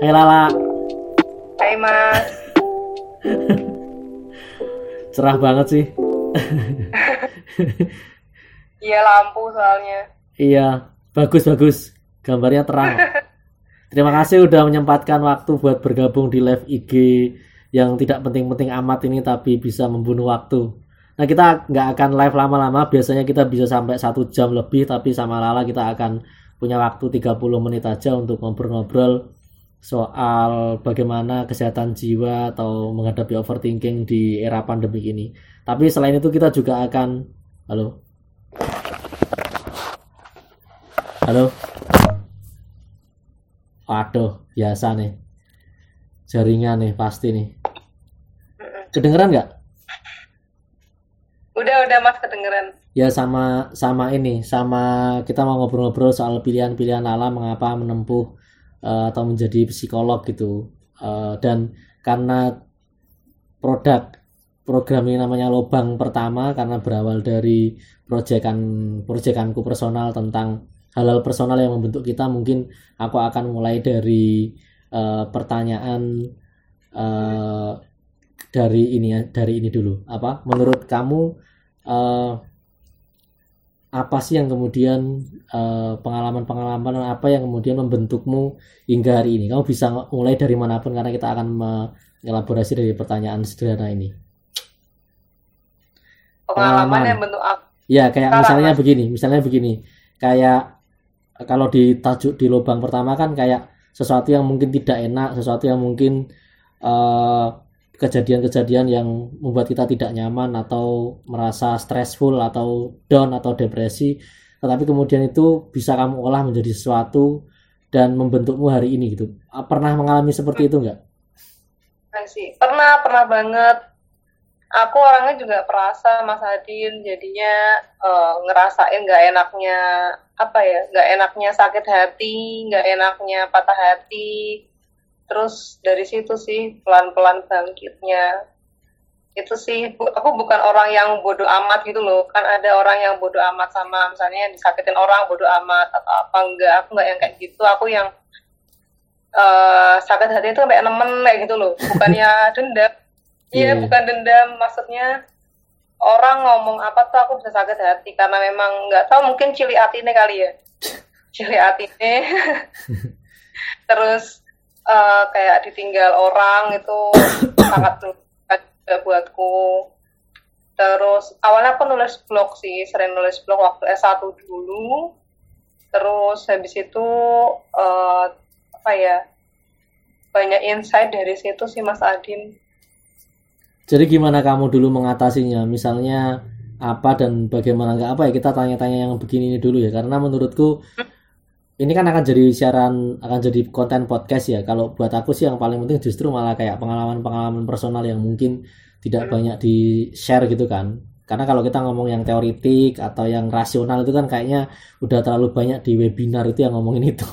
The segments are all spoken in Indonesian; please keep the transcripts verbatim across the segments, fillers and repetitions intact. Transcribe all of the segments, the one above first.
Hai Lala. Hai Mas. Cerah banget sih. Iya lampu soalnya. Iya, bagus-bagus. Gambarnya terang. Terima kasih udah menyempatkan waktu buat bergabung di live I G yang tidak penting-penting amat ini tapi bisa membunuh waktu. Nah kita nggak akan live lama-lama, biasanya kita bisa sampai satu jam lebih, tapi sama Lala kita akan punya waktu tiga puluh menit aja untuk ngobrol-ngobrol soal bagaimana kesehatan jiwa atau menghadapi overthinking di era pandemi ini. Tapi selain itu kita juga akan, halo, halo, waduh, biasa nih, jaringan nih pasti nih. Kedengeran nggak? Udah udah Mas kedengeran. Ya sama sama ini, sama kita mau ngobrol-ngobrol soal pilihan-pilihan Lala mengapa menempuh uh, atau menjadi psikolog gitu. Uh, dan karena produk program ini namanya Lobang Pertama karena berawal dari proyekan proyekanku personal tentang hal-hal personal yang membentuk kita, mungkin aku akan mulai dari uh, pertanyaan uh, dari ini ya, dari ini dulu. Apa menurut kamu uh, apa sih yang kemudian uh, pengalaman-pengalaman apa yang kemudian membentukmu hingga hari ini? Kamu bisa mulai dari manapun karena kita akan mengelaborasi dari pertanyaan sederhana ini. Pengalaman, Pengalaman yang bentuk apa? Ya kayak Sekarang, misalnya Mas. begini, misalnya begini, kayak kalau di tajuk di lubang pertama kan kayak sesuatu yang mungkin tidak enak, sesuatu yang mungkin uh, kejadian-kejadian yang membuat kita tidak nyaman atau merasa stressful atau down atau depresi, tetapi kemudian itu bisa kamu olah menjadi sesuatu dan membentukmu hari ini gitu. Pernah mengalami seperti itu enggak? Sih pernah pernah banget. Aku orangnya juga perasa Mas Adin, jadinya uh, ngerasain nggak enaknya apa ya, nggak enaknya sakit hati, nggak enaknya patah hati. Terus dari situ sih pelan-pelan bangkitnya. Itu sih, aku bukan orang yang bodoh amat gitu loh. Kan ada orang yang bodoh amat sama misalnya disakitin orang bodoh amat atau apa, enggak. Aku enggak yang kayak gitu. Aku yang uh, sakit hati itu kayak nemen kayak gitu loh. Bukannya dendam. Iya, yeah, bukan dendam. Maksudnya orang ngomong apa tuh aku bisa sakit hati karena memang nggak tahu, mungkin cili hati ini kali ya. Cili hati ini. Terus Uh, kayak ditinggal orang itu sangat juga buatku. Terus awalnya aku nulis blog sih, sering nulis blog waktu S satu dulu. Terus habis itu uh, apa ya, banyak insight dari situ sih Mas Adin. Jadi gimana kamu dulu mengatasinya? Misalnya apa dan bagaimana, enggak apa ya, kita tanya-tanya yang begini ini dulu ya, karena menurutku ini kan akan jadi siaran, akan jadi konten podcast ya. Kalau buat aku sih yang paling penting justru malah kayak pengalaman-pengalaman personal yang mungkin tidak banyak di-share gitu kan. Karena kalau kita ngomong yang teoritik atau yang rasional itu kan kayaknya udah terlalu banyak di webinar itu yang ngomongin itu.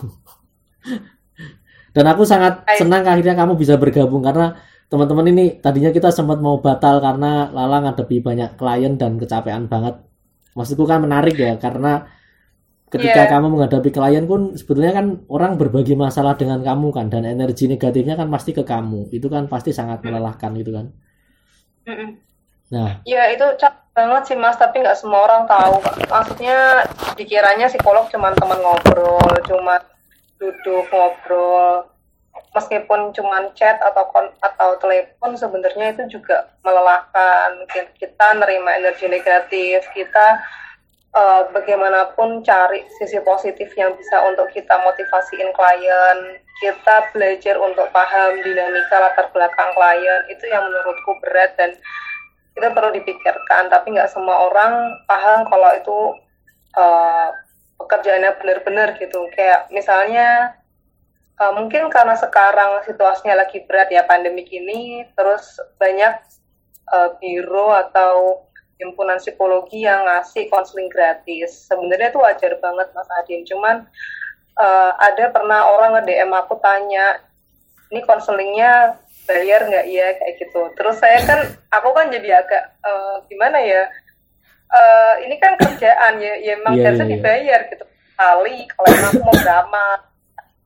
Dan aku sangat senang akhirnya kamu bisa bergabung karena teman-teman ini tadinya kita sempat mau batal karena Lala ngadepi banyak klien dan kecapean banget. Maksudku kan menarik ya karena ketika yeah. kamu menghadapi klien pun sebetulnya kan orang berbagi masalah dengan kamu kan, dan energi negatifnya kan pasti ke kamu. Itu kan pasti sangat melelahkan gitu kan. Mm-mm. Nah, ya itu capek banget sih Mas, tapi nggak semua orang tahu. Maksudnya dikiranya psikolog cuma teman ngobrol, cuma duduk ngobrol. Meskipun cuma chat atau kon- atau telepon, sebenarnya itu juga melelahkan. Kita nerima energi negatif, kita Uh, bagaimanapun cari sisi positif yang bisa untuk kita motivasiin klien, kita belajar untuk paham dinamika latar belakang klien, itu yang menurutku berat dan itu perlu dipikirkan. Tapi nggak semua orang paham kalau itu uh, pekerjaannya benar-benar gitu. Kayak misalnya uh, mungkin karena sekarang situasinya lagi berat ya, pandemik ini, terus banyak uh, biro atau himpunan psikologi yang ngasih konseling gratis. Sebenarnya itu wajar banget Mas Adin. Cuman uh, ada pernah orang nge-D M aku tanya, ini konselingnya bayar nggak ya kayak gitu. Terus saya kan, aku kan jadi agak uh, gimana ya? Uh, ini kan kerjaan ya, ya emang yeah, harusnya yeah, dibayar yeah. gitu. Kali kalau emang aku mau drama.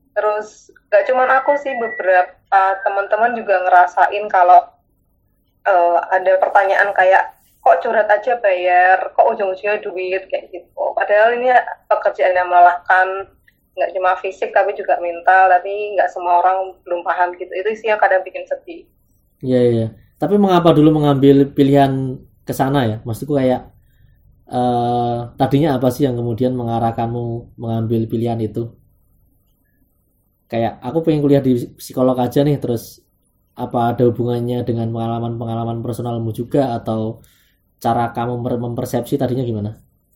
Terus gak cuman aku sih, beberapa teman-teman juga ngerasain kalau uh, ada pertanyaan kayak kok curhat aja bayar, kok ujung-ujungnya duit kayak gitu. Padahal ini pekerjaan yang melelahkan, nggak cuma fisik tapi juga mental, tapi nggak semua orang belum paham gitu. Itu sih yang kadang bikin sedih. Iya, iya. Tapi mengapa dulu mengambil pilihan ke sana ya? Maksudku kayak uh, tadinya apa sih yang kemudian mengarah kamu mengambil pilihan itu? Kayak aku pengen kuliah di psikolog aja nih, terus apa ada hubungannya dengan pengalaman-pengalaman personalmu juga, atau cara kamu mempersepsi tadinya gimana?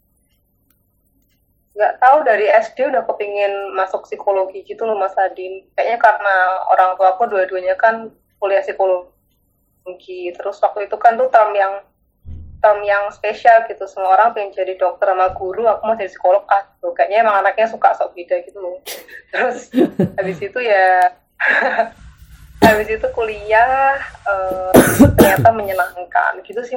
Nggak tahu, dari S D udah kepingin masuk psikologi gitu loh Mas Adin. Kayaknya karena orang tua aku dua-duanya kan kuliah psikologi. Terus waktu itu kan tuh term yang term yang spesial gitu. Semua orang pengen jadi dokter sama guru, aku mau jadi psikolog ah tuh. Kayaknya emang anaknya suka sok beda gitu loh. Terus habis itu ya habis itu kuliah uh, ternyata menyenangkan gitu sih.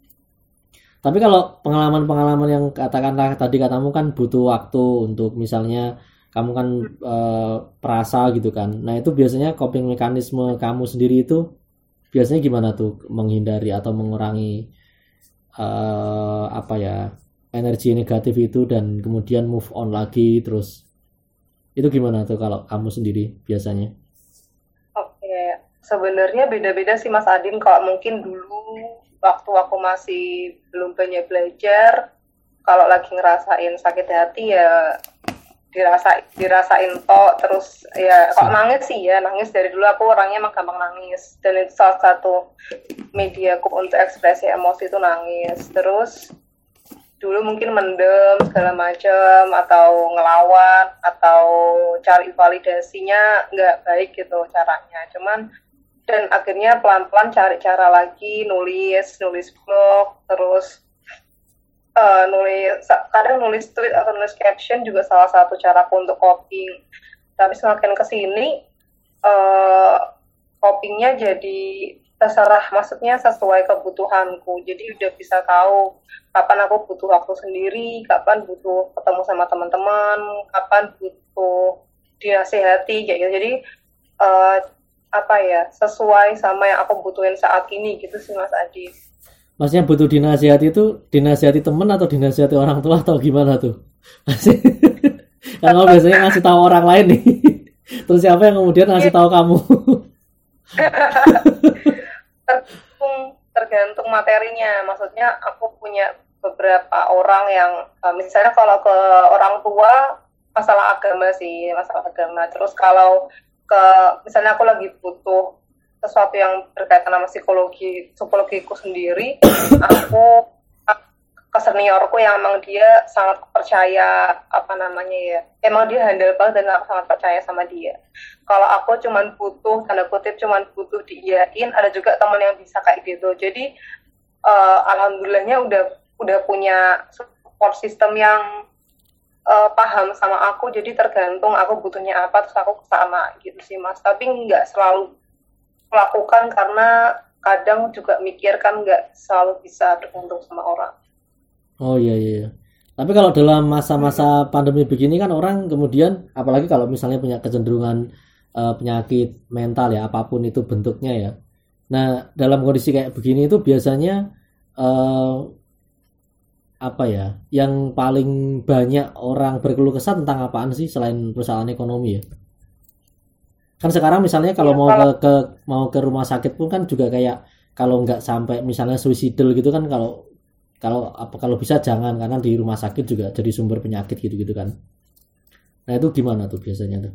Tapi kalau pengalaman-pengalaman yang katakanlah tadi katamu kan butuh waktu untuk misalnya kamu kan e, perasa gitu kan. Nah itu biasanya coping mekanisme kamu sendiri itu biasanya gimana tuh menghindari atau mengurangi e, apa ya energi negatif itu dan kemudian move on lagi terus. Itu gimana tuh kalau kamu sendiri biasanya? Oke, sebenarnya beda-beda sih Mas Adin. Kalau mungkin dulu waktu aku masih belum banyak belajar, kalau lagi ngerasain sakit hati ya dirasa dirasain toh, terus ya kok nangis sih ya nangis. Dari dulu aku orangnya emang gampang nangis, dan itu salah satu mediaku untuk ekspresi emosi itu nangis. Terus dulu mungkin mendem segala macam atau ngelawan atau cari validasinya nggak baik gitu caranya. Cuman dan akhirnya pelan-pelan cari cara lagi, nulis, nulis blog, terus uh, nulis, kadang nulis tweet atau nulis caption juga salah satu caraku untuk coping. Tapi semakin kesini, uh, copingnya jadi terserah, maksudnya sesuai kebutuhanku. Jadi udah bisa tahu kapan aku butuh waktu sendiri, kapan butuh ketemu sama teman-teman, kapan butuh dinasehati, kayak gitu. Jadi uh, apa ya, sesuai sama yang aku butuhin saat ini gitu sih Mas Adi. Maksudnya butuh dinasihati itu dinasihati temen atau dinasihati orang tua atau gimana tuh? Karena biasanya ngasih tahu orang lain nih. Terus siapa yang kemudian ngasih tahu kamu? tergantung, tergantung materinya. Maksudnya aku punya beberapa orang yang misalnya kalau ke orang tua masalah agama sih, masalah agama. Terus kalau ke misalnya aku lagi butuh sesuatu yang berkaitan sama psikologi psikologiku sendiri, aku ke seniorku yang emang dia sangat percaya apa namanya ya, emang dia handal banget dan aku sangat percaya sama dia. Kalau aku cuman butuh tanda kutip cuman butuh diiyain, ada juga teman yang bisa kayak gitu. Jadi uh, alhamdulillahnya udah udah punya support system yang Uh, paham sama aku, jadi tergantung aku butuhnya apa terus aku kesana gitu sih Mas. Tapi nggak selalu melakukan karena kadang juga mikir kan nggak selalu bisa bergantung sama orang. Oh iya iya. Tapi kalau dalam masa-masa pandemi begini kan orang kemudian apalagi kalau misalnya punya kecenderungan uh, penyakit mental ya apapun itu bentuknya ya. Nah dalam kondisi kayak begini itu biasanya uh, apa ya yang paling banyak orang berkeluh kesah tentang apaan sih selain persoalan ekonomi ya? Kan sekarang misalnya kalau ya, mau kalau... ke, ke mau ke rumah sakit pun kan juga kayak kalau nggak sampai misalnya suicidal gitu kan, kalau kalau apa kalau bisa jangan, karena di rumah sakit juga jadi sumber penyakit gitu-gitu kan. Nah itu gimana tuh biasanya tuh?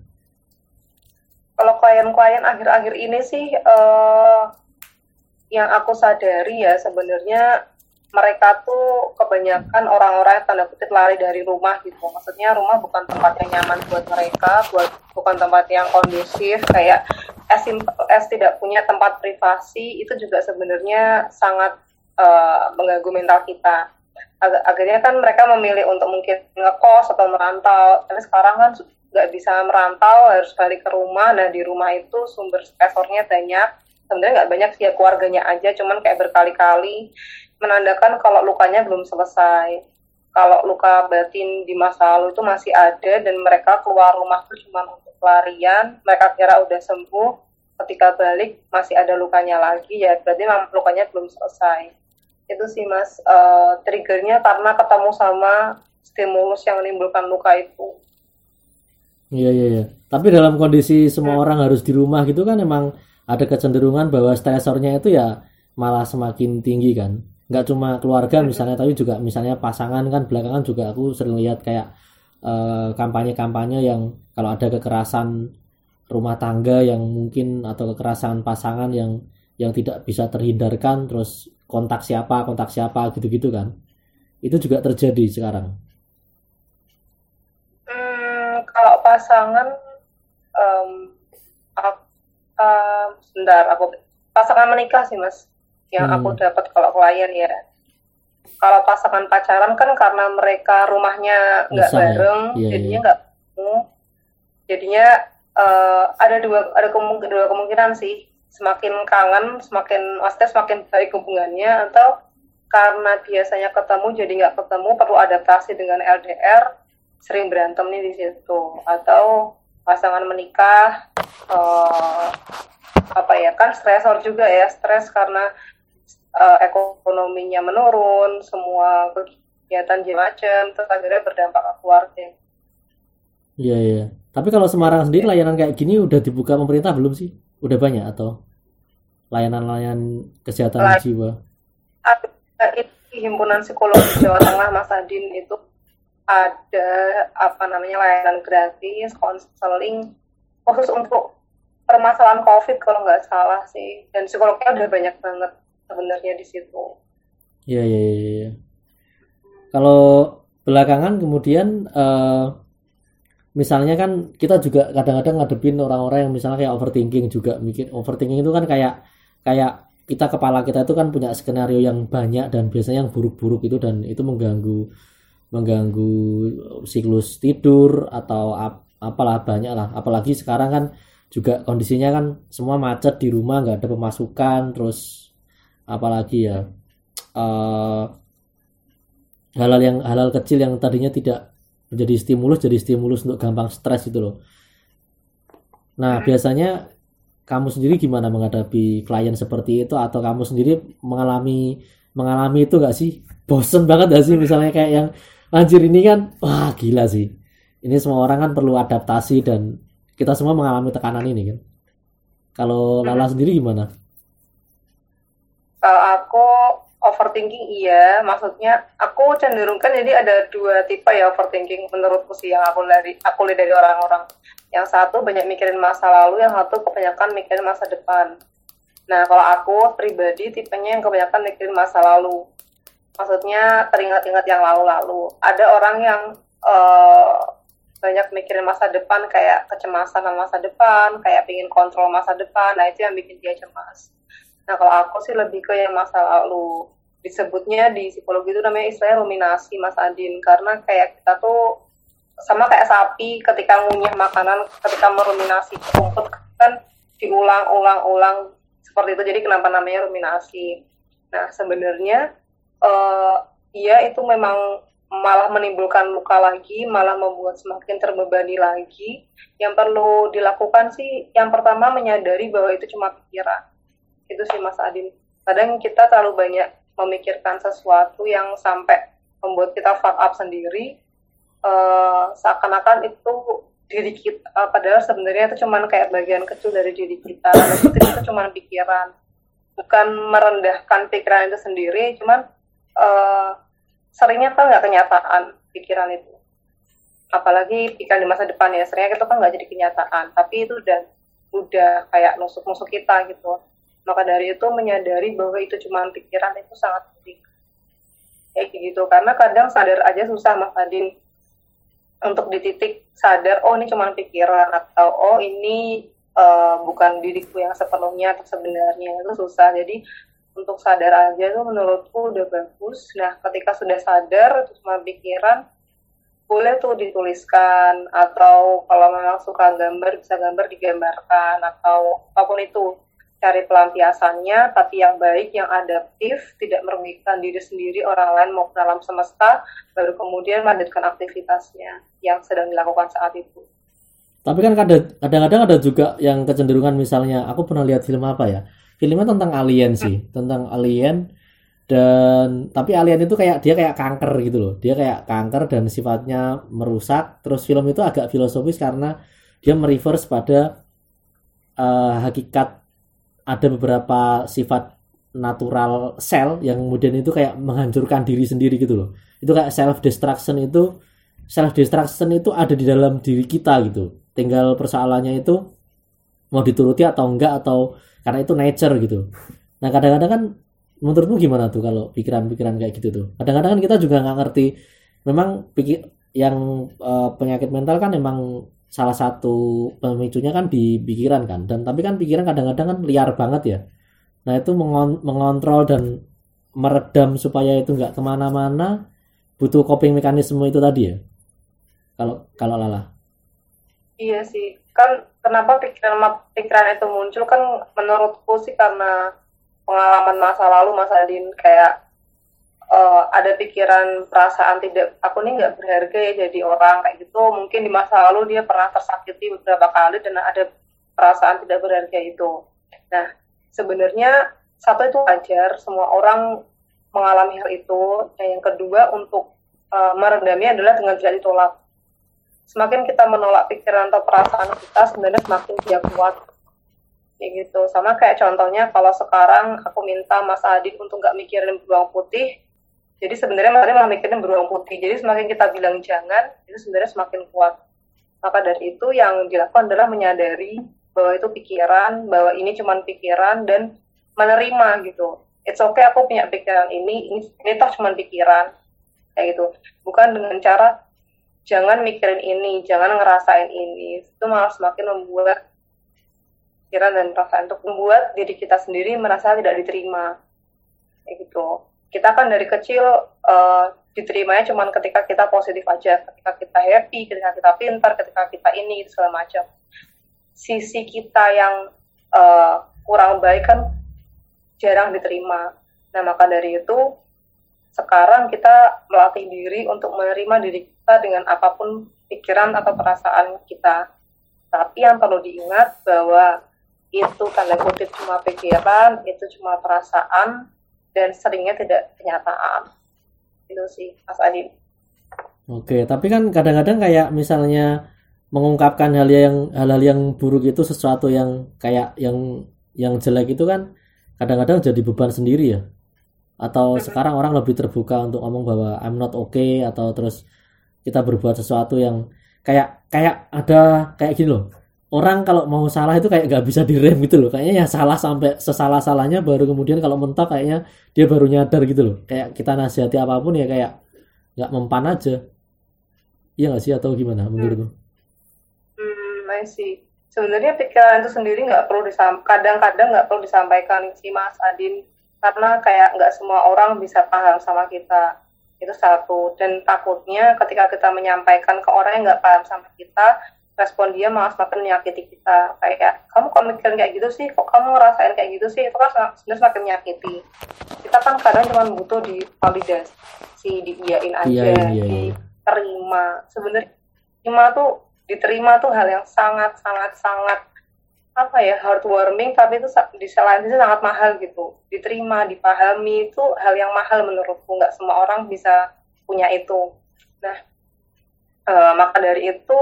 Kalau klien-klien akhir-akhir ini sih uh, yang aku sadari ya sebenarnya mereka tuh kebanyakan orang-orang yang tanda kutip lari dari rumah gitu. Maksudnya rumah bukan tempat yang nyaman buat mereka, buat bukan tempat yang kondusif, kayak as, as tidak punya tempat privasi, itu juga sebenarnya sangat uh, mengganggu mental kita. Ag- akhirnya kan mereka memilih untuk mungkin ngekos atau merantau, tapi sekarang kan nggak bisa merantau, harus balik ke rumah. Nah di rumah itu sumber stresornya banyak, sebenarnya nggak banyak sih ya, keluarganya aja, cuman kayak berkali-kali, menandakan kalau lukanya belum selesai. kalau luka batin di masa lalu itu masih ada dan mereka keluar rumah itu cuma untuk pelarian, mereka kira udah sembuh, ketika balik masih ada lukanya lagi, ya berarti memang lukanya belum selesai. Itu sih Mas, uh, triggernya karena ketemu sama stimulus yang menimbulkan luka itu. Iya iya iya. Tapi dalam kondisi semua hmm. orang harus di rumah gitu kan emang ada kecenderungan bahwa stresornya itu ya malah semakin tinggi kan. Nggak cuma keluarga misalnya, tapi juga misalnya pasangan kan. Belakangan juga aku sering lihat kayak uh, kampanye-kampanye yang kalau ada kekerasan rumah tangga yang mungkin atau kekerasan pasangan yang yang tidak bisa terhindarkan, terus kontak siapa kontak siapa gitu-gitu kan. Itu juga terjadi sekarang. Hmm, kalau pasangan um, uh, sebentar aku pasangan menikah sih Mas yang hmm. aku dapat kalau klien ya. Kalau pasangan pacaran kan karena mereka rumahnya nggak bareng, ya? jadinya nggak yeah. ketemu. Jadinya uh, ada dua ada kemungkinan, dua kemungkinan sih. Semakin kangen, semakin maksudnya semakin baik hubungannya, atau karena biasanya ketemu jadi nggak ketemu, perlu adaptasi dengan L D R, sering berantem nih di situ. Atau pasangan menikah uh, apa ya kan stresor juga ya, stres karena uh, ekonominya menurun, semua kegiatan macam, terus akhirnya berdampak ke keluarga. Iya iya. Tapi kalau Semarang sendiri layanan kayak gini udah dibuka pemerintah belum sih? Udah banyak atau layanan-layanan kesehatan Lay- jiwa? Itu Himpunan Psikologi Jawa Tengah Mas Adin itu ada apa namanya layanan gratis konseling khusus untuk permasalahan COVID kalau nggak salah sih, dan psikolognya udah banyak banget sebenarnya di situ. Iya iya iya. Kalau belakangan kemudian uh, misalnya kan kita juga kadang-kadang ngadepin orang-orang yang misalnya kayak overthinking juga, mikir overthinking itu kan kayak kayak kita kepala kita itu kan punya skenario yang banyak dan biasanya yang buruk-buruk itu, dan itu mengganggu mengganggu siklus tidur atau ap, apalah banyak lah. Apalagi sekarang kan juga kondisinya kan semua macet di rumah, nggak ada pemasukan, terus apalagi ya uh, hal-hal yang hal-hal kecil yang tadinya tidak menjadi stimulus jadi stimulus untuk gampang stres itu loh. Nah biasanya kamu sendiri gimana menghadapi klien seperti itu, atau kamu sendiri mengalami mengalami itu gak sih? Bosen banget gak sih misalnya kayak yang anjir ini kan wah gila sih, ini semua orang kan perlu adaptasi dan kita semua mengalami tekanan ini kan. Kalau Lala sendiri gimana? Kalau aku overthinking iya, maksudnya aku cenderung kan jadi ada dua tipe ya overthinking menurutku sih yang aku dari aku lihat dari orang-orang. Yang satu banyak mikirin masa lalu, yang satu kebanyakan mikirin masa depan. Nah kalau aku pribadi tipenya yang kebanyakan mikirin masa lalu, maksudnya teringat-ingat yang lalu-lalu. Ada orang yang uh, banyak mikirin masa depan, kayak kecemasan sama masa depan, kayak pingin kontrol masa depan. Nah itu yang bikin dia cemas. Nah kalau aku sih lebih ke yang masa lalu. Disebutnya di psikologi itu namanya istilahnya ruminasi Mas Adin, karena kayak kita tuh sama kayak sapi ketika ngunyah makanan, ketika meruminasi rumput kan diulang-ulang-ulang seperti itu, jadi kenapa namanya ruminasi. Nah sebenarnya uh, iya itu memang malah menimbulkan luka lagi, malah membuat semakin terbebani lagi. Yang perlu dilakukan sih yang pertama menyadari bahwa itu cuma pikiran. Itu sih Mas Adin. Kadang kita terlalu banyak memikirkan sesuatu yang sampai membuat kita fuck up sendiri, uh, seakan-akan itu diri kita, uh, padahal sebenarnya itu cuma kayak bagian kecil dari diri kita. Itu itu cuma pikiran, bukan merendahkan pikiran itu sendiri, cuman uh, seringnya kan nggak kenyataan pikiran itu, apalagi pikiran di masa depan ya, seringnya itu kan nggak jadi kenyataan, tapi itu udah udah kayak nusuk-nusuk kita gitu. Maka dari itu menyadari bahwa itu cuma pikiran itu sangat penting. Kayak gitu, karena kadang sadar aja susah Mas Adin untuk di titik sadar, oh ini cuma pikiran, atau oh ini uh, bukan diriku yang sepenuhnya atau sebenarnya, itu susah. Jadi untuk sadar aja tuh menurutku udah bagus. Nah ketika sudah sadar itu cuma pikiran, boleh tuh dituliskan, atau kalau memang suka gambar bisa gambar digambarkan, atau apapun itu cari pelampiasannya, tapi yang baik, yang adaptif, tidak merugikan diri sendiri, orang lain maupun alam semesta, baru kemudian melanjutkan aktivitasnya yang sedang dilakukan saat itu. Tapi kan kadang-kadang ada juga yang kecenderungan, misalnya aku pernah lihat film apa ya, filmnya tentang alien sih, tentang alien, dan tapi alien itu kayak dia kayak kanker gitu loh, dia kayak kanker dan sifatnya merusak. Terus film itu agak filosofis karena dia mereverse pada uh, hakikat ada beberapa sifat natural sel yang kemudian itu kayak menghancurkan diri sendiri gitu loh. Itu kayak self destruction, itu self destruction itu ada di dalam diri kita gitu. Tinggal persoalannya itu mau dituruti atau enggak, atau karena itu nature gitu. Nah kadang-kadang kan menurutmu gimana tuh kalau pikiran-pikiran kayak gitu tuh? Kadang-kadang kan kita juga nggak ngerti. Memang pikir yang uh, penyakit mental kan memang salah satu pemicunya kan di pikiran kan, dan tapi kan pikiran kadang-kadang kan liar banget ya. Nah itu mengon- mengontrol dan meredam supaya itu nggak kemana-mana, butuh coping mekanisme itu tadi ya. Kalau kalau Lala. Iya sih, kan kenapa pikiran pikiran itu muncul kan menurutku sih karena pengalaman masa lalu Mas Adin, kayak uh, ada pikiran perasaan tidak, aku nih nggak berharga ya jadi orang kayak gitu. Mungkin di masa lalu dia pernah tersakiti beberapa kali dan ada perasaan tidak berharga itu. Nah sebenarnya satu itu wajar, semua orang mengalami hal itu. Dan yang kedua, untuk uh, meredamnya adalah dengan tidak ditolak. Semakin kita menolak pikiran atau perasaan kita, sebenarnya semakin dia kuat. Kayak gitu. Sama kayak contohnya kalau sekarang aku minta Mas Adin untuk nggak mikirin beruang putih, jadi sebenarnya Mas Adin malah mikirin beruang putih. Jadi semakin kita bilang jangan, itu sebenarnya semakin kuat. Maka dari itu yang dilakukan adalah menyadari bahwa itu pikiran, bahwa ini cuma pikiran, dan menerima gitu. It's okay aku punya pikiran ini, ini, ini toh cuma pikiran. Kayak gitu. Bukan dengan cara jangan mikirin ini, jangan ngerasain ini. Itu malah semakin membuat pikiran dan perasaan untuk membuat diri kita sendiri merasa tidak diterima. Kayak gitu. Kita kan dari kecil uh, diterimanya cuma ketika kita positif aja, ketika kita happy, ketika kita pintar, ketika kita ini, itu segala macam. Sisi kita yang uh, kurang baik kan jarang diterima. Nah maka dari itu sekarang kita melatih diri untuk menerima diri kita dengan apapun pikiran atau perasaan kita. Tapi yang perlu diingat bahwa itu tanda kutip cuma pikiran, itu cuma perasaan, dan seringnya tidak kenyataan. Itu sih, Mas Adin. Oke, tapi kan kadang-kadang kayak misalnya mengungkapkan hal yang hal-hal yang buruk itu, sesuatu yang kayak yang yang jelek itu kan kadang-kadang jadi beban sendiri ya. Atau mm-hmm. sekarang orang lebih terbuka untuk ngomong bahwa I'm not okay, atau terus kita berbuat sesuatu yang kayak kayak ada kayak gini loh. Orang kalau mau salah itu kayak gak bisa direm gitu loh. Kayaknya ya salah sampai sesalah-salahnya, baru kemudian kalau mentok kayaknya dia baru nyadar gitu loh. Kayak kita nasihati apapun ya kayak gak mempan aja. Iya gak sih, atau gimana menurutmu? Hmm, I see. Sebenarnya pikiran itu sendiri gak perlu disampaikan, kadang-kadang gak perlu disampaikan sih Mas Adin. Karena kayak gak semua orang bisa paham sama kita. Itu satu. Dan takutnya ketika kita menyampaikan ke orang yang gak paham sama kita, respon dia malah semakin menyakiti kita. Kayak, kamu kok mikirin kayak gitu sih? Kok kamu ngerasain kayak gitu sih? Itu kan sebenarnya semakin menyakiti. Kita kan kadang cuma butuh divalidasi, diiyain aja, iya, iya, iya. diterima. Sebenarnya diterima tuh, diterima tuh hal yang sangat-sangat-sangat apa ya, heartwarming, tapi itu di selain itu sangat mahal gitu. Diterima, dipahami itu hal yang mahal menurutku. Nggak semua orang bisa punya itu. Nah, uh, maka dari itu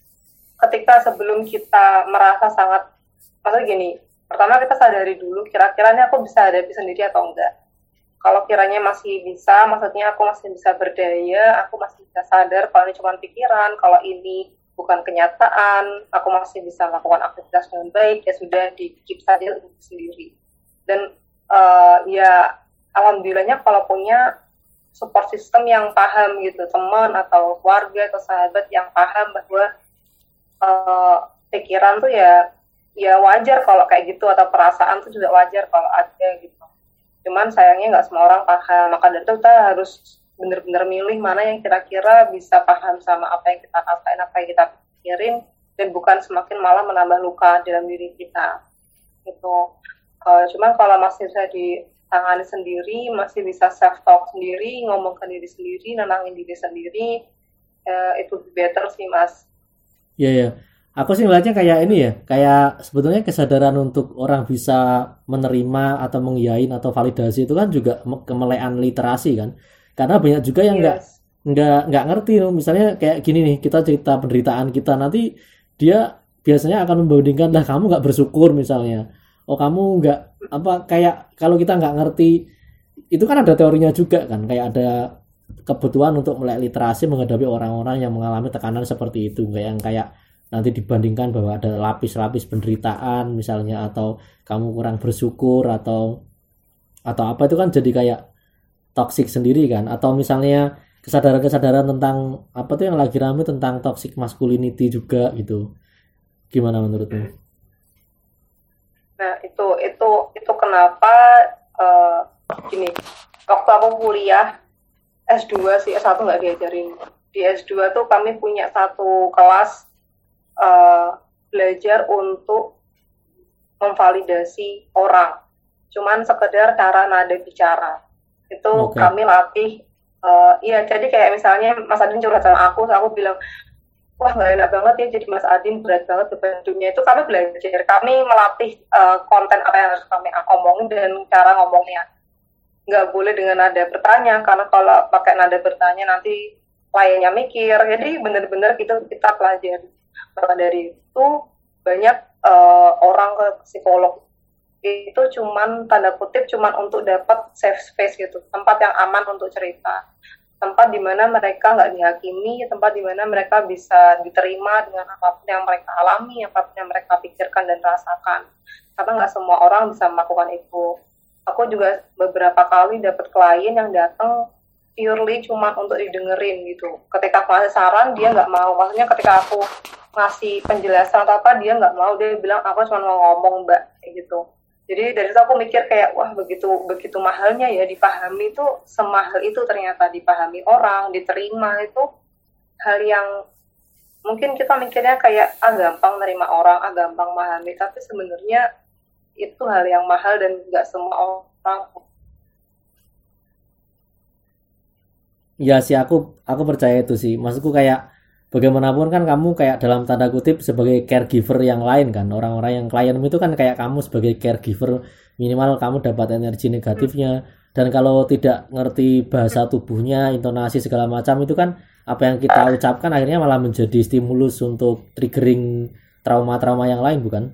ketika sebelum kita merasa sangat, maksudnya gini, pertama kita sadari dulu kira-kiranya aku bisa hadapi sendiri atau enggak. Kalau kiranya masih bisa, maksudnya aku masih bisa berdaya, aku masih bisa sadar kalau ini cuma pikiran, kalau ini bukan kenyataan, aku masih bisa melakukan aktivitas dengan baik, ya sudah, di-keep saja sendiri. Dan uh, ya alhamdulillahnya kalau punya support system yang paham gitu, teman atau keluarga atau sahabat yang paham bahwa Uh, pikiran tuh ya ya wajar kalau kayak gitu, atau perasaan tuh juga wajar kalau ada gitu. Cuman sayangnya nggak semua orang paham. Maka dari itu kita harus benar-benar milih mana yang kira-kira bisa paham sama apa yang kita rasain, apa yang kita pikirin, dan bukan semakin malah menambah luka dalam diri kita gitu. Uh, cuman kalau masih bisa ditangani sendiri, masih bisa self talk sendiri, ngomong ke diri sendiri, nenangin diri sendiri, uh, itu better sih Mas. Iya ya. Aku sih ngeliatnya kayak ini ya, kayak sebetulnya kesadaran untuk orang bisa menerima atau mengiyain atau validasi itu kan juga kemelean literasi kan. Karena banyak juga yang nggak Yes. nggak nggak ngerti loh. Misalnya kayak gini nih, kita cerita penderitaan kita nanti dia biasanya akan membandingkan lah kamu nggak bersyukur misalnya. Oh kamu nggak apa kayak kalau kita nggak ngerti itu kan ada teorinya juga kan kayak ada kebutuhan untuk melek literasi menghadapi orang-orang yang mengalami tekanan seperti itu kayak yang kayak nanti dibandingkan bahwa ada lapis-lapis penderitaan misalnya atau kamu kurang bersyukur atau atau apa itu kan jadi kayak toxic sendiri kan atau misalnya kesadaran-kesadaran tentang apa tuh yang lagi rame tentang toxic masculinity juga gitu gimana menurutmu? Nah itu itu itu kenapa uh, gini waktu aku kuliah S dua sih S satu nggak diajarin di S dua tuh kami punya satu kelas Uh, belajar untuk memvalidasi orang, cuman sekedar cara nada bicara itu okay. Kami latih, uh, iya jadi kayak misalnya Mas Adin curhat sama aku, aku bilang wah nggak enak banget ya jadi Mas Adin berat banget beban hidupnya itu kami belajar, kami melatih uh, konten apa yang harus kami omongin dan cara ngomongnya, nggak boleh dengan nada bertanya karena kalau pakai nada bertanya nanti kliennya mikir, jadi benar-benar kita kita pelajari. Maka dari itu banyak uh, orang ke psikolog itu cuman tanda kutip cuman untuk dapat safe space gitu, tempat yang aman untuk cerita, tempat di mana mereka nggak dihakimi, tempat di mana mereka bisa diterima dengan apapun yang mereka alami, apapun yang mereka pikirkan dan rasakan. Karena nggak semua orang bisa melakukan itu. Aku juga beberapa kali dapat klien yang datang purely cuma untuk didengerin gitu. Ketika aku ngasih saran dia nggak mau, maksudnya ketika aku ngasih penjelasan atau apa dia nggak mau, dia bilang aku cuma mau ngomong mbak kayak gitu. Jadi dari itu aku mikir kayak wah begitu begitu mahalnya ya dipahami itu, semahal itu ternyata dipahami orang, diterima itu hal yang mungkin kita mikirnya kayak ah gampang nerima orang, ah gampang memahami, tapi sebenarnya itu hal yang mahal dan nggak semua orang. Ya sih aku aku percaya itu sih, maksudku kayak bagaimanapun kan kamu kayak dalam tanda kutip sebagai caregiver yang lain kan, orang-orang yang klienmu itu kan kayak kamu sebagai caregiver, minimal kamu dapat energi negatifnya, dan kalau tidak ngerti bahasa tubuhnya, intonasi segala macam itu kan apa yang kita ucapkan akhirnya malah menjadi stimulus untuk triggering trauma-trauma yang lain, bukan?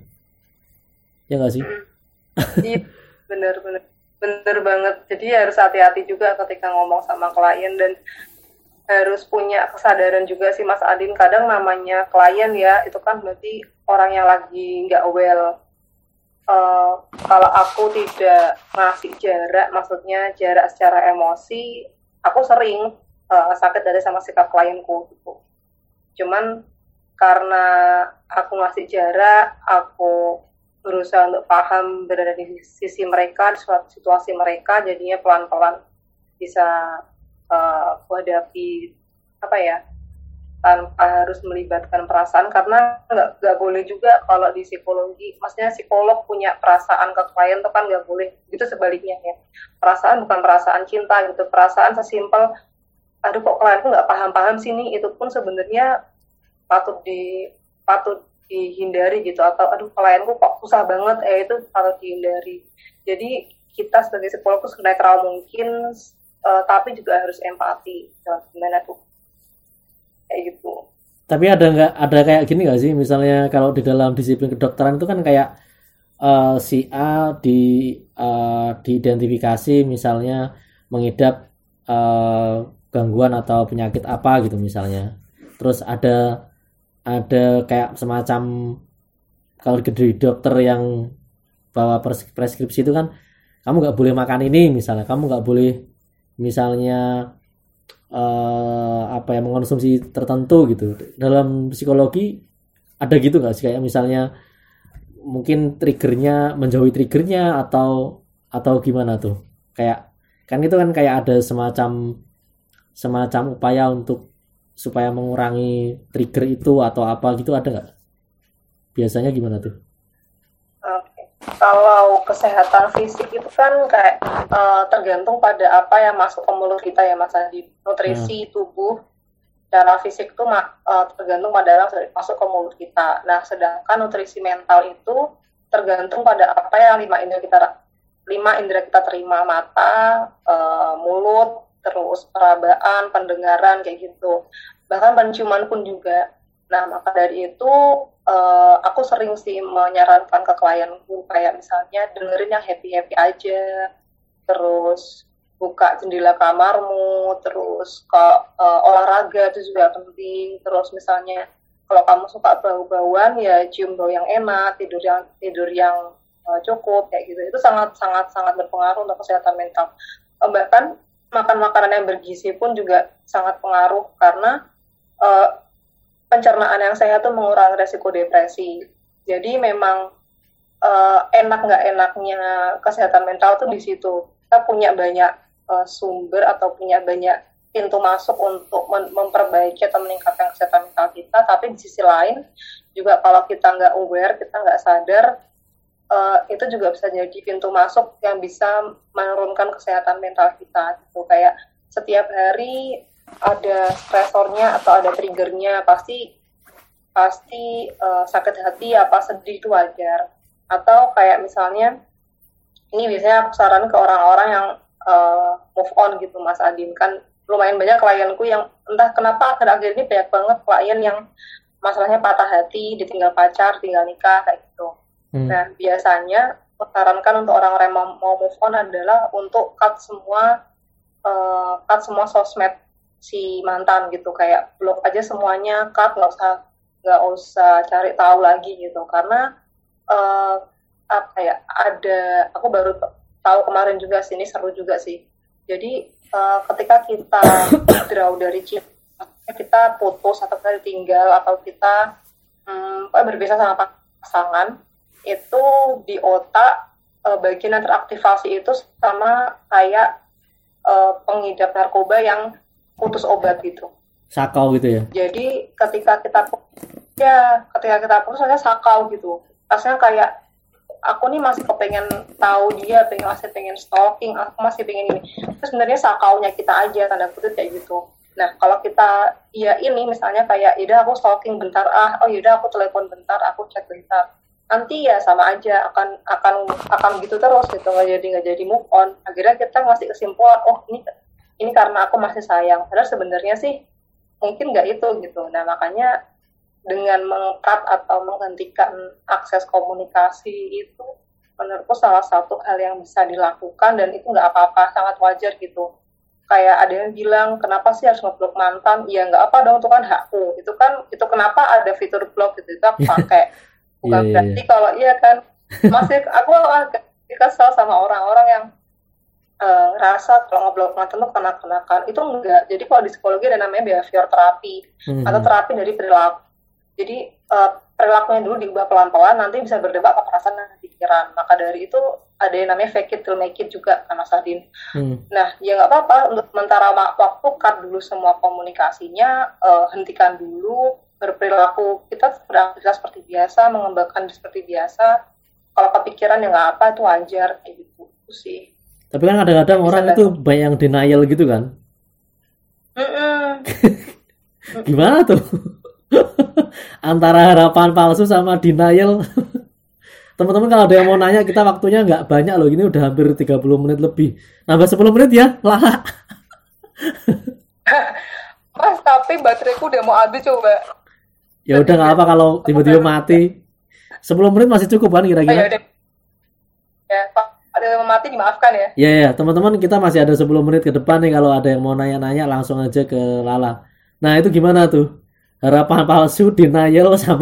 Ya nggak sih? Iya bener-bener bener banget, jadi harus hati-hati juga ketika ngomong sama klien dan harus punya kesadaran juga sih Mas Adin, kadang namanya klien ya itu kan berarti orang yang lagi nggak well. Uh, kalau aku tidak ngasih jarak, maksudnya jarak secara emosi, aku sering uh, sakit dari sama sikap klienku gitu. Cuman karena aku ngasih jarak, aku berusaha untuk paham berada di sisi mereka, di suatu situasi mereka, jadinya pelan-pelan bisa Uh, menghadapi apa ya tanpa harus melibatkan perasaan, karena nggak nggak boleh juga kalau di psikologi, maksudnya psikolog punya perasaan ke klien itu kan nggak boleh, gitu sebaliknya ya, perasaan bukan perasaan cinta gitu, perasaan sesimpel aduh kok klienku nggak paham-paham sini, itu pun sebenarnya patut di patut dihindari gitu, atau aduh klienku kok susah banget, eh itu patut dihindari. Jadi kita sebagai psikolog itu senetral mungkin, Uh, tapi juga harus empati dalam gimana tuh kayak gitu. Tapi ada nggak ada kayak gini nggak sih, misalnya kalau di dalam disiplin kedokteran itu kan kayak uh, si A di uh, diidentifikasi misalnya mengidap uh, gangguan atau penyakit apa gitu misalnya, terus ada ada kayak semacam kalau dari dokter yang bawa preskripsi itu kan kamu nggak boleh makan ini misalnya, kamu nggak boleh misalnya uh, apa yang mengonsumsi tertentu gitu. Dalam psikologi ada gitu nggak sih, kayak misalnya mungkin triggernya menjauhi triggernya atau atau gimana tuh, kayak kan itu kan kayak ada semacam semacam upaya untuk supaya mengurangi trigger itu atau apa gitu, ada nggak biasanya gimana tuh? Oke, Kalau kesehatan fisik itu kan kayak uh, tergantung pada apa yang masuk ke mulut kita ya Mas Adi. Nutrisi hmm. tubuh secara fisik itu uh, tergantung pada yang masuk ke mulut kita. Nah, sedangkan nutrisi mental itu tergantung pada apa yang lima indera kita lima indera kita terima, mata, uh, mulut, terus perabaan, pendengaran kayak gitu. Bahkan penciuman pun juga. Nah, maka dari itu uh, aku sering sih menyarankan ke klienku kayak misalnya dengerin yang happy-happy aja, terus buka jendela kamarmu, terus ke uh, olahraga itu juga penting, terus misalnya kalau kamu suka bau-bauan ya cium bau yang enak, tidur yang tidur yang uh, cukup kayak gitu. Itu sangat sangat sangat berpengaruh untuk kesehatan mental. Uh, bahkan makan makanan yang bergizi pun juga sangat pengaruh karena uh, pencernaan yang sehat itu mengurangi resiko depresi. Jadi memang uh, enak nggak enaknya kesehatan mental tuh di situ. Kita punya banyak uh, sumber atau punya banyak pintu masuk untuk mem- memperbaiki atau meningkatkan kesehatan mental kita. Tapi di sisi lain juga kalau kita nggak aware, kita nggak sadar, uh, itu juga bisa jadi pintu masuk yang bisa menurunkan kesehatan mental kita. Gitu. Kayak setiap hari ada stresornya atau ada triggernya, pasti pasti uh, sakit hati apa sedih itu wajar. Atau kayak misalnya ini biasanya aku saran ke orang-orang yang uh, move on gitu Mas Adin, kan lumayan banyak klienku yang entah kenapa akhir-akhir ini banyak banget klien yang masalahnya patah hati, ditinggal pacar, tinggal nikah kayak gitu. Hmm. Nah biasanya aku sarankan untuk orang-orang yang mau move on adalah untuk cut semua uh, cut semua sosmed si mantan gitu, kayak blok aja semuanya, cut, nggak usah nggak usah cari tahu lagi gitu. Karena uh, apa ya, ada aku baru tahu kemarin juga sih, ini seru juga sih. Jadi uh, ketika kita withdraw dari cinta, kita putus atau kita ditinggal atau kita um, berpisah sama pasangan, itu di otak uh, bagian yang teraktivasi itu sama kayak uh, pengidap narkoba yang putus obat gitu. Sakau gitu ya. Jadi ketika kita ya ketika kita putus rasanya sakau gitu. Rasanya kayak aku nih masih kepengen tahu dia, pengen masih pengen stalking, aku masih pengen ini. Terus sebenarnya sakaunya kita aja, tanda kutip kayak gitu. Nah, kalau kita ya ini misalnya kayak yaudah aku stalking bentar, ah oh yaudah aku telepon bentar, aku chat bentar. Nanti ya sama aja akan akan akan gitu terus gitu, nggak jadi nggak jadi move on. Akhirnya kita ngasih kesimpulan, oh ini ini karena aku masih sayang. Padahal sebenarnya sih mungkin nggak itu gitu. Nah makanya dengan meng-cut atau menghentikan akses komunikasi itu menurutku salah satu hal yang bisa dilakukan, dan itu nggak apa-apa, sangat wajar gitu. Kayak ada yang bilang kenapa sih harus ngeblok mantan? Ya nggak apa dong, itu kan hakku. Itu kan itu kenapa ada fitur blok gitu, itu aku pakai. Bukan yeah, berarti yeah. Kalau iya kan masih aku agak kesal sama orang-orang yang Uh, ngerasa kalau ngeblok mantan tuh kenak-kenakan. Itu enggak. Jadi kalau di psikologi ada namanya behavior terapi hmm. atau terapi dari perilaku. Jadi uh, perilakunya dulu diubah pelan-pelan, nanti bisa berdampak ke perasaan dan pikiran. Maka dari itu ada yang namanya fake it till make it juga, kan Mas Adin. Hmm. Nah ya nggak apa-apa, untuk sementara waktu cut dulu semua komunikasinya, uh, hentikan dulu, berperilaku kita beraktivitas seperti biasa, mengembangkan seperti biasa. Kalau kepikiran ya nggak apa, itu wajar kayak gitu. Itu sih. Tapi kan kadang-kadang bisa orang itu banyak yang denial gitu kan. Gimana tuh? Antara harapan palsu sama denial. Teman-teman kalau ada yang mau nanya, kita waktunya nggak banyak loh. Ini udah hampir tiga puluh menit lebih. Nambah sepuluh menit ya, Lala. Mas, tapi bateraiku udah mau habis coba. Ya udah nggak apa kalau tiba-tiba mati. sepuluh menit masih cukup kan kira-kira? Oh, ya, Pak. Ada yang mati dimaafkan ya. Iya ya, teman-teman, kita masih ada sepuluh menit ke depan nih. Kalau ada yang mau nanya-nanya langsung aja ke Lala. Nah itu gimana tuh? Harapan palsu, denial sama.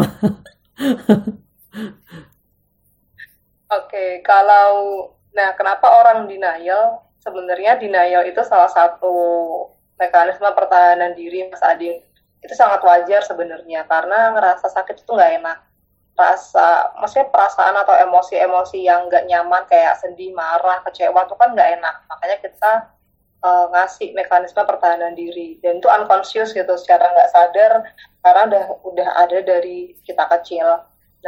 Oke, kalau nah kenapa orang denial? Sebenarnya denial itu salah satu mekanisme pertahanan diri Mas Adin. Itu sangat wajar sebenarnya karena ngerasa sakit itu nggak enak. Rasa, maksudnya perasaan atau emosi-emosi yang nggak nyaman kayak sedih, marah, kecewa itu kan nggak enak. Makanya kita uh, ngasih mekanisme pertahanan diri, dan itu unconscious gitu, secara nggak sadar karena udah udah ada dari kita kecil. Nah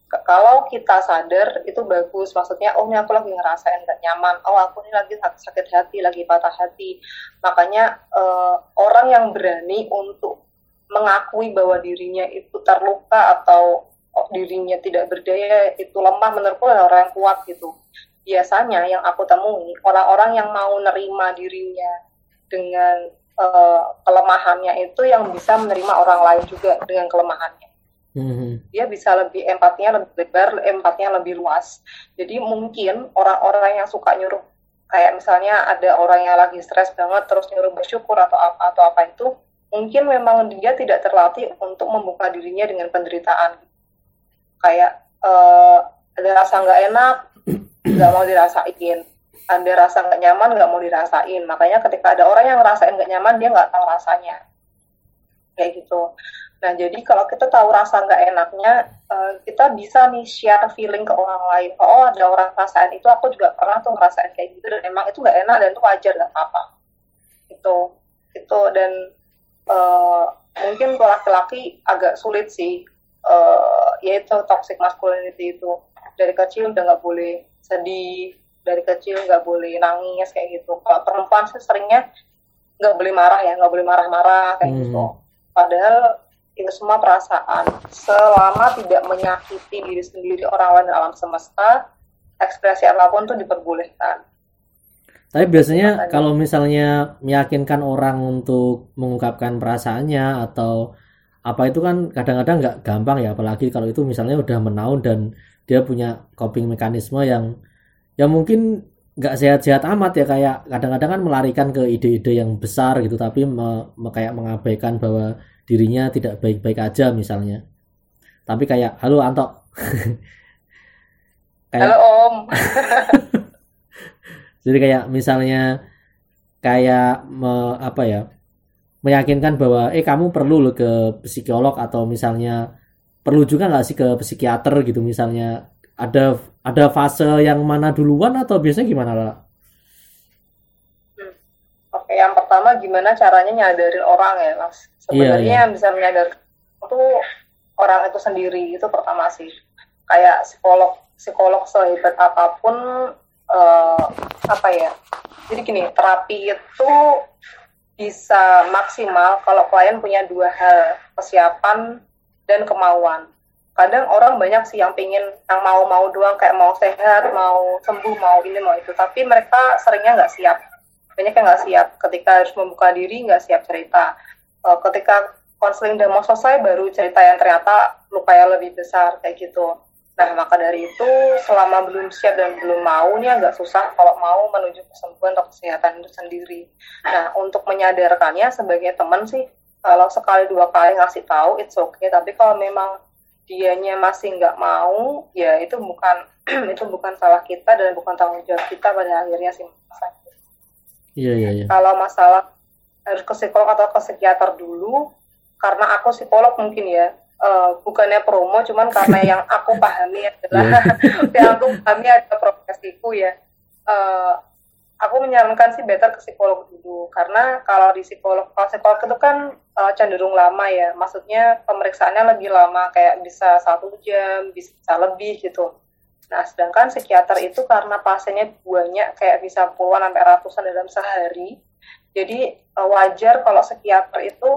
Kalau kita sadar itu bagus, maksudnya oh ini aku lagi ngerasain gak nyaman, oh aku ini lagi sakit hati, lagi patah hati. Makanya uh, orang yang berani untuk mengakui bahwa dirinya itu terluka atau oh, dirinya tidak berdaya, itu lemah, menurutku adalah orang yang kuat gitu. Biasanya yang aku temui, orang-orang yang mau nerima dirinya dengan uh, kelemahannya itu yang bisa menerima orang lain juga dengan kelemahannya. Mm-hmm. Dia bisa lebih empatinya lebih lebar, empatinya lebih luas. Jadi mungkin orang-orang yang suka nyuruh, kayak misalnya ada orang yang lagi stres banget terus nyuruh bersyukur atau apa atau apa itu, mungkin memang dia tidak terlatih untuk membuka dirinya dengan penderitaan. Kayak uh, ada rasa nggak enak, nggak mau dirasain. Ada rasa nggak nyaman, nggak mau dirasain. Makanya ketika ada orang yang ngerasain nggak nyaman, dia nggak tahu rasanya. Kayak gitu. Nah, jadi kalau kita tahu rasa nggak enaknya, uh, kita bisa nih share feeling ke orang lain. Oh, ada orang rasain itu, aku juga pernah tuh ngerasain kayak gitu, dan emang itu nggak enak dan itu wajar, nggak apa-apa. Itu, itu dan uh, mungkin kalau laki-laki agak sulit sih, uh, yaitu toxic masculinity itu. Dari kecil udah nggak boleh sedih, dari kecil nggak boleh nangis kayak gitu. Kalau perempuan sih seringnya nggak boleh marah ya, nggak boleh marah-marah kayak hmm. gitu. Padahal itu semua perasaan, selama tidak menyakiti diri sendiri, orang lain, alam semesta, ekspresi apapun tuh diperbolehkan. Tapi biasanya Makanya. kalau misalnya meyakinkan orang untuk mengungkapkan perasaannya atau apa itu kan kadang-kadang nggak gampang ya, apalagi kalau itu misalnya udah menaun dan dia punya coping mekanisme yang yang mungkin nggak sehat-sehat amat ya, kayak kadang-kadang kan melarikan ke ide-ide yang besar gitu, tapi me, me, kayak mengabaikan bahwa dirinya tidak baik-baik aja misalnya. Tapi kayak halo Anto. kayak, halo Om. Jadi kayak misalnya kayak me, apa ya? meyakinkan bahwa eh kamu perlu loh ke psikolog, atau misalnya perlu juga nggak sih ke psikiater gitu misalnya. Ada ada fase yang mana duluan atau biasanya gimana lah? Hmm. Oke, yang pertama gimana caranya nyadarin orang ya, Mas? Sebenarnya iya, iya. yang bisa menyadarkan itu orang itu sendiri, itu pertama sih. Kayak psikolog psikolog sehebat apapun uh, apa ya? Jadi gini, terapi itu bisa maksimal kalau klien punya dua hal, kesiapan dan kemauan. Kadang orang banyak sih yang pingin, yang mau-mau doang, kayak mau sehat, mau sembuh, mau ini, mau itu. Tapi mereka seringnya nggak siap. Banyak yang nggak siap. Ketika harus membuka diri, nggak siap cerita. Uh, ketika konseling udah mau selesai, baru cerita yang ternyata lukanya lebih besar, kayak gitu. Nah, maka dari itu, selama belum siap dan belum mau, ini agak susah kalau mau menuju kesembuhan atau kesehatan itu sendiri. Nah, untuk menyadarkannya sebagai teman sih, kalau sekali dua kali ngasih tahu, it's okay. Tapi kalau memang dianya masih nggak mau, ya itu bukan itu bukan salah kita dan bukan tanggung jawab kita pada akhirnya sih. Iya iya iya. Kalau masalah harus ke psikolog atau ke psikiater dulu, karena aku psikolog mungkin ya, uh, bukannya promo, cuman karena yang aku pahami adalah yang aku pahami adalah profesiku ya. Uh, aku menyarankan sih better ke psikolog dulu, karena kalau di psikolog, kalau psikolog itu kan uh, cenderung lama ya, maksudnya pemeriksaannya lebih lama, kayak bisa satu jam, bisa lebih gitu. Nah, sedangkan psikiater itu karena pasiennya banyak, kayak bisa puluhan sampai ratusan dalam sehari, jadi uh, wajar kalau psikiater itu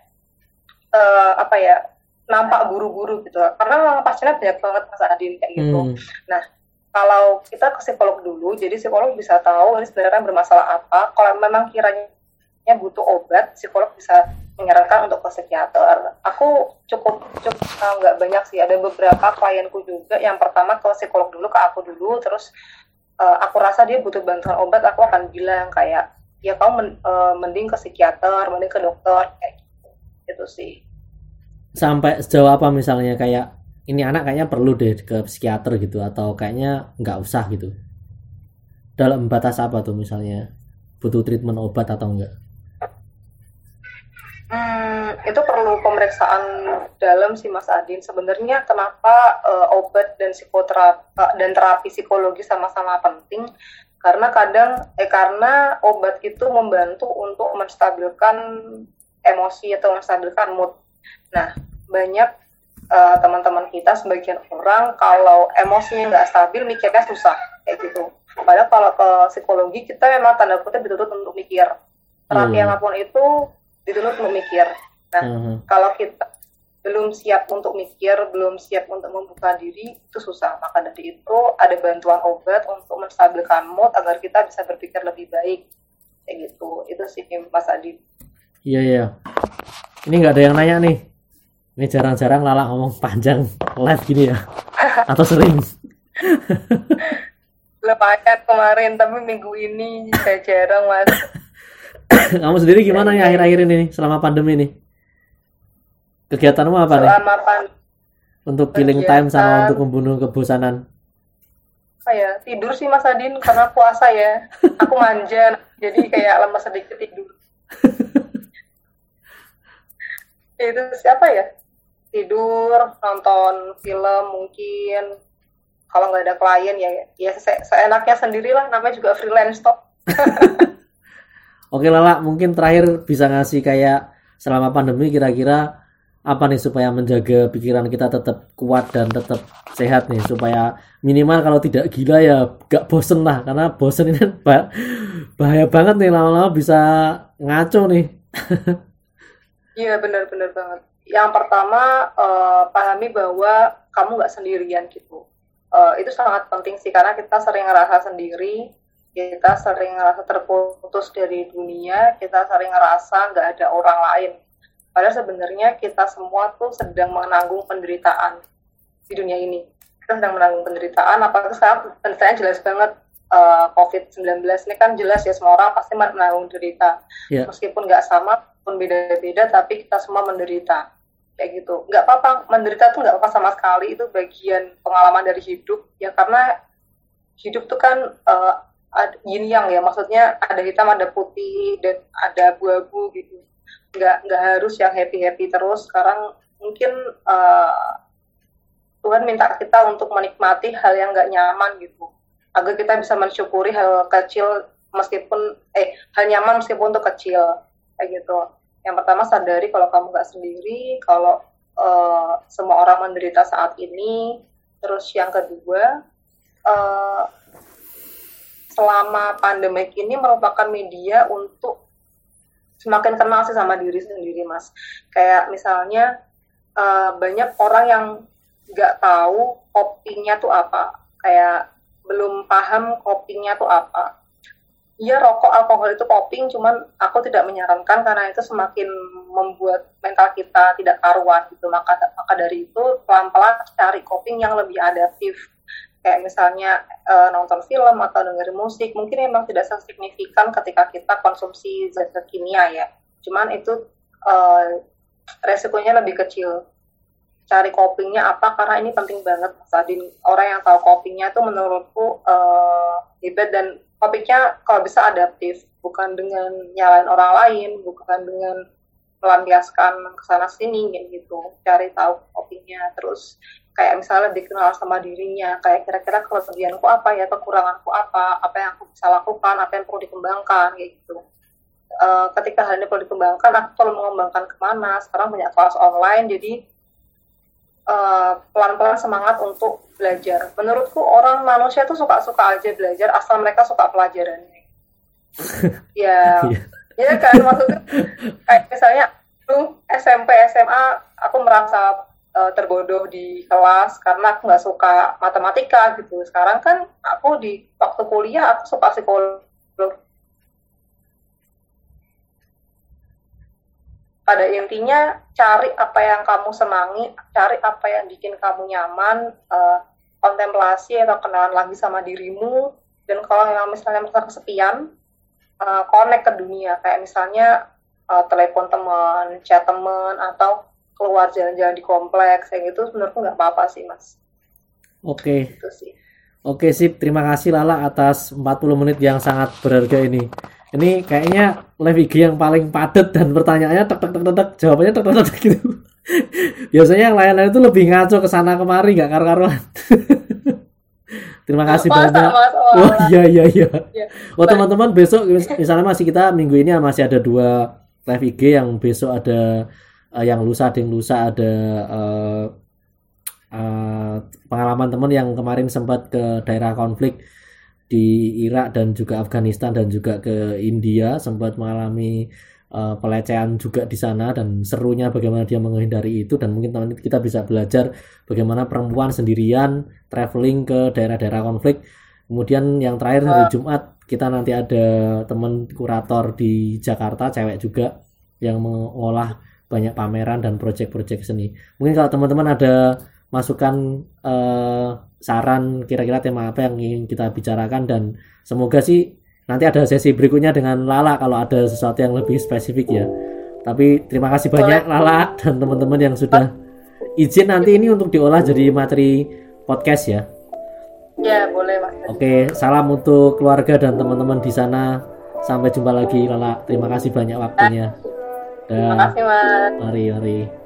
uh, apa ya, nampak buru-buru gitu, karena pasiennya banyak banget Mas Adin kayak gitu. Hmm. Nah, kalau kita ke psikolog dulu, jadi psikolog bisa tahu ini sebenarnya bermasalah apa. Kalau memang kiranya butuh obat, psikolog bisa menyarankan untuk ke psikiater. Aku cukup cukup nggak uh, banyak sih, ada beberapa klienku juga yang pertama ke psikolog dulu, ke aku dulu, terus uh, aku rasa dia butuh bantuan obat, aku akan bilang kayak ya kamu men, uh, mending ke psikiater, mending ke dokter kayak gitu. Itu sih. Sampai sejauh apa misalnya kayak ini anak kayaknya perlu deh ke psikiater gitu, atau kayaknya nggak usah gitu? Dalam batas apa tuh misalnya? Butuh treatment obat atau enggak? Hmm, itu perlu pemeriksaan dalam sih Mas Adin. Sebenarnya kenapa uh, obat dan psikoterapi uh, dan terapi psikologi sama-sama penting? Karena kadang eh karena obat itu membantu untuk menstabilkan emosi atau menstabilkan mood. Nah, banyak uh, teman-teman kita sebagian orang kalau emosinya nggak stabil mikirnya susah kayak gitu. Padahal kalau ke psikologi kita memang tanda kutip dituntut untuk mikir. Terapi Hmm. apapun itu dituntut untuk mikir. Nah, Hmm. kalau kita belum siap untuk mikir, belum siap untuk membuka diri, itu susah. Maka dari itu ada bantuan obat untuk menstabilkan mood agar kita bisa berpikir lebih baik. Kayak gitu. Itu sih Mas Adi. Iya, iya. Ini nggak ada yang nanya nih. Ini jarang-jarang Lala ngomong panjang live gini ya. Atau sering? Lumayan kemarin, tapi minggu ini saya jarang Mas. Kamu sendiri gimana nih akhir-akhir ini selama pandemi ini? Kegiatanmu apa nih? Selama pan Untuk killing time sama untuk membunuh kebosanan? saya tidur sih Mas Adin karena puasa ya. Aku manja, jadi kayak lemas sedikit tidur. Itu siapa ya? Tidur, nonton film mungkin. Kalau nggak ada klien ya, ya se- seenaknya sendirilah. Namanya juga freelance toh. Oke Lala, mungkin terakhir bisa ngasih kayak selama pandemi kira-kira apa nih supaya menjaga pikiran kita tetap kuat dan tetap sehat nih, supaya minimal kalau tidak gila ya gak bosen lah, karena bosen ini bah- bahaya banget nih, lama-lama bisa ngaco nih. Iya benar-benar banget. Yang pertama eh, pahami bahwa kamu nggak sendirian gitu. Eh, itu sangat penting sih karena kita sering ngerasa sendiri, kita sering ngerasa terputus dari dunia, kita sering ngerasa nggak ada orang lain. Padahal sebenarnya kita semua tuh sedang menanggung penderitaan di dunia ini. Kita sedang menanggung penderitaan, apalagi sekarang penderitaan jelas banget. eh, covid sembilan belas ini kan jelas ya, semua orang pasti menanggung derita. Ya, Meskipun nggak sama, pun beda-beda, tapi kita semua menderita. Kayak gitu. Nggak apa-apa, menderita tuh nggak apa-apa sama sekali, itu bagian pengalaman dari hidup. Ya karena hidup tuh kan uh, ada yin yang ya, maksudnya ada hitam, ada putih, dan ada abu-abu gitu. Nggak, nggak harus yang happy-happy terus. Sekarang mungkin uh, Tuhan minta kita untuk menikmati hal yang nggak nyaman gitu. Agar kita bisa mensyukuri hal kecil meskipun, eh, hal nyaman meskipun itu kecil. Kayak gitu. Yang pertama sadari kalau kamu nggak sendiri, kalau uh, semua orang menderita saat ini. Terus yang kedua, uh, selama pandemik ini merupakan media untuk semakin kenal sih sama diri sendiri, Mas. Kayak misalnya uh, banyak orang yang nggak tahu kopinya tuh apa, kayak belum paham kopinya tuh apa. Iya, rokok, alkohol itu coping, cuman aku tidak menyarankan karena itu semakin membuat mental kita tidak karuan gitu. Maka, maka dari itu pelan-pelan cari coping yang lebih adaptif. Kayak misalnya e, nonton film atau dengerin musik, mungkin memang tidak signifikan ketika kita konsumsi zat kimia ya. Cuman itu e, resikonya lebih kecil. Cari copingnya apa, karena ini penting banget, Mas Adin. Orang yang tahu copingnya tuh menurutku e, hebat, dan topiknya kalau bisa adaptif, bukan dengan nyalain orang lain, bukan dengan melampiaskan kesana sini gitu. Cari tahu topiknya, terus kayak misalnya dikenal sama dirinya, kayak kira-kira kelebihanku apa ya, kekuranganku apa, apa yang aku bisa lakukan, apa yang perlu dikembangkan kayak gitu. Uh, ketika hal ini perlu dikembangkan, aku perlu mengembangkan kemana. Sekarang banyak kelas online, jadi uh, pelan-pelan semangat untuk belajar. Menurutku orang manusia tuh suka-suka aja belajar asal mereka suka pelajarannya. Ya, ya kan, maksudnya kayak misalnya tuh S M P, S M A aku merasa uh, terbodoh di kelas karena aku nggak suka matematika gitu. Sekarang kan aku di waktu kuliah aku suka psikologi. Pada intinya cari apa yang kamu senangi, cari apa yang bikin kamu nyaman, uh, kontemplasi atau kenalan lagi sama dirimu. Dan kalau memang misalnya merasa kesepian, uh, connect ke dunia, kayak misalnya uh, telepon teman, chat teman, atau keluar jalan-jalan di kompleks, kayak gitu menurutku nggak apa-apa sih, Mas. Oke. Itu sih. Oke, sip. Terima kasih Lala atas empat puluh menit yang sangat berharga ini. Ini kayaknya live I G yang paling padat dan pertanyaannya tek tek tek tek, jawabannya tek tek tek gitu. Biasanya yang lain-lain itu lebih ngaco ke sana kemari, nggak karu-karuan. Terima kasih Masa, banyak. masa, Oh iya iya iya. Ya. Oh teman-teman, besok misalnya masih kita minggu ini masih ada dua live I G, yang besok ada uh, yang lusa ada yang lusa ada uh, uh, pengalaman teman yang kemarin sempat ke daerah konflik di Irak dan juga Afghanistan dan juga ke India, sempat mengalami uh, pelecehan juga di sana, dan serunya bagaimana dia menghindari itu. Dan mungkin teman kita bisa belajar bagaimana perempuan sendirian traveling ke daerah-daerah konflik. Kemudian yang terakhir hari Jumat kita nanti ada teman kurator di Jakarta, cewek juga, yang mengolah banyak pameran dan proyek-proyek seni. Mungkin kalau teman-teman ada masukan eh, saran kira-kira tema apa yang ingin kita bicarakan, dan semoga sih nanti ada sesi berikutnya dengan Lala kalau ada sesuatu yang lebih spesifik ya. Tapi terima kasih banyak Lala dan teman-teman yang sudah izin nanti ini untuk diolah jadi materi podcast ya. Ya, boleh Mas. Oke, salam untuk keluarga dan teman-teman di sana. Sampai jumpa lagi Lala. Terima kasih banyak waktunya. Terima kasih Mas. Mari, mari.